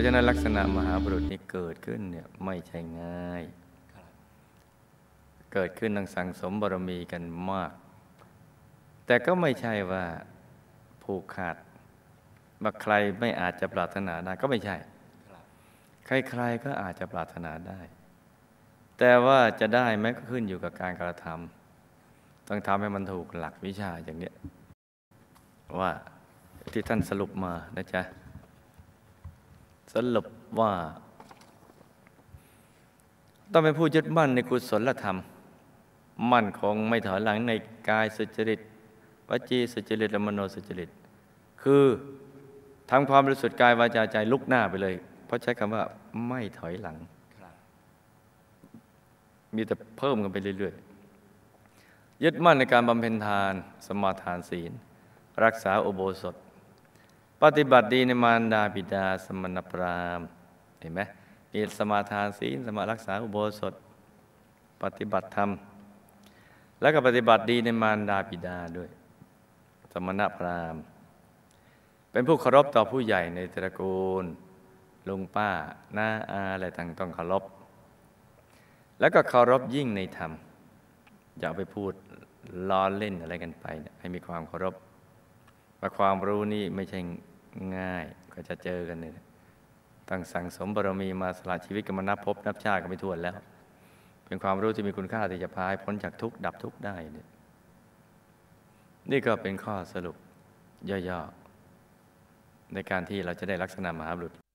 ฉะนั้นลักษณะมหาบุรุษนี้เกิดขึ้นเนี่ยไม่ใช่ง่ายเกิดขึ้นต้องสั่งสมบารมีกันมากแต่ก็ไม่ใช่ว่าผูกขาดว่าใครไม่อาจจะปรารถนาได้ก็ไม่ใช่ใครๆก็อาจจะปรารถนาได้แต่ว่าจะได้ไหมก็ขึ้นอยู่กับการกระทำต้องทำให้มันถูกหลักวิชาอย่างนี้ว่าที่ท่านสรุปมานะจ๊ะสรุปว่าต้องเป็นผู้ยึดมั่นในกุศลธรรมมั่นคงไม่ถอยหลังในกายสุจริตวจีสุจริตและมโนสุจริตคือทำความบริสุทธิ์กายวาจาใจลุกหน้าไปเลยเพราะใช้คำว่าไม่ถอยหลังมีแต่เพิ่มกันไปเรื่อยๆยึดมั่นในการบำเพ็ญทานสมาทานศีลรักษาอุโบสถปฏิบัติดีในมารดาบิดาสมณพราหมณ์เห็นไหมมีสมาทานศีลสมารักษาอุโบสถปฏิบัติธรรมแล้วก็ปฏิบัติดีในมารดาบิดาด้วยสมณพราหมณ์เป็นผู้เคารพต่อผู้ใหญ่ในตระกูลลุงป้าน้าอาอะไรต่างต้องเคารพแล้วก็เคารพยิ่งในธรรมอย่าไปพูดล้อเล่นอะไรกันไปให้มีความเคารพว่าความรู้นี่ไม่ใช่ง่ายก็จะเจอกันเนี่ยต้องสั่งสมบารมีมาสละชีวิตกันมานับภพนับชาติกันไม่ถ้วนแล้วเป็นความรู้ที่มีคุณค่าที่จะพาให้พ้นจากทุกข์ดับทุกข์ได้เนี่ยนี่ก็เป็นข้อสรุปย่อๆในการที่เราจะได้ลักษณะมหาบุรุษ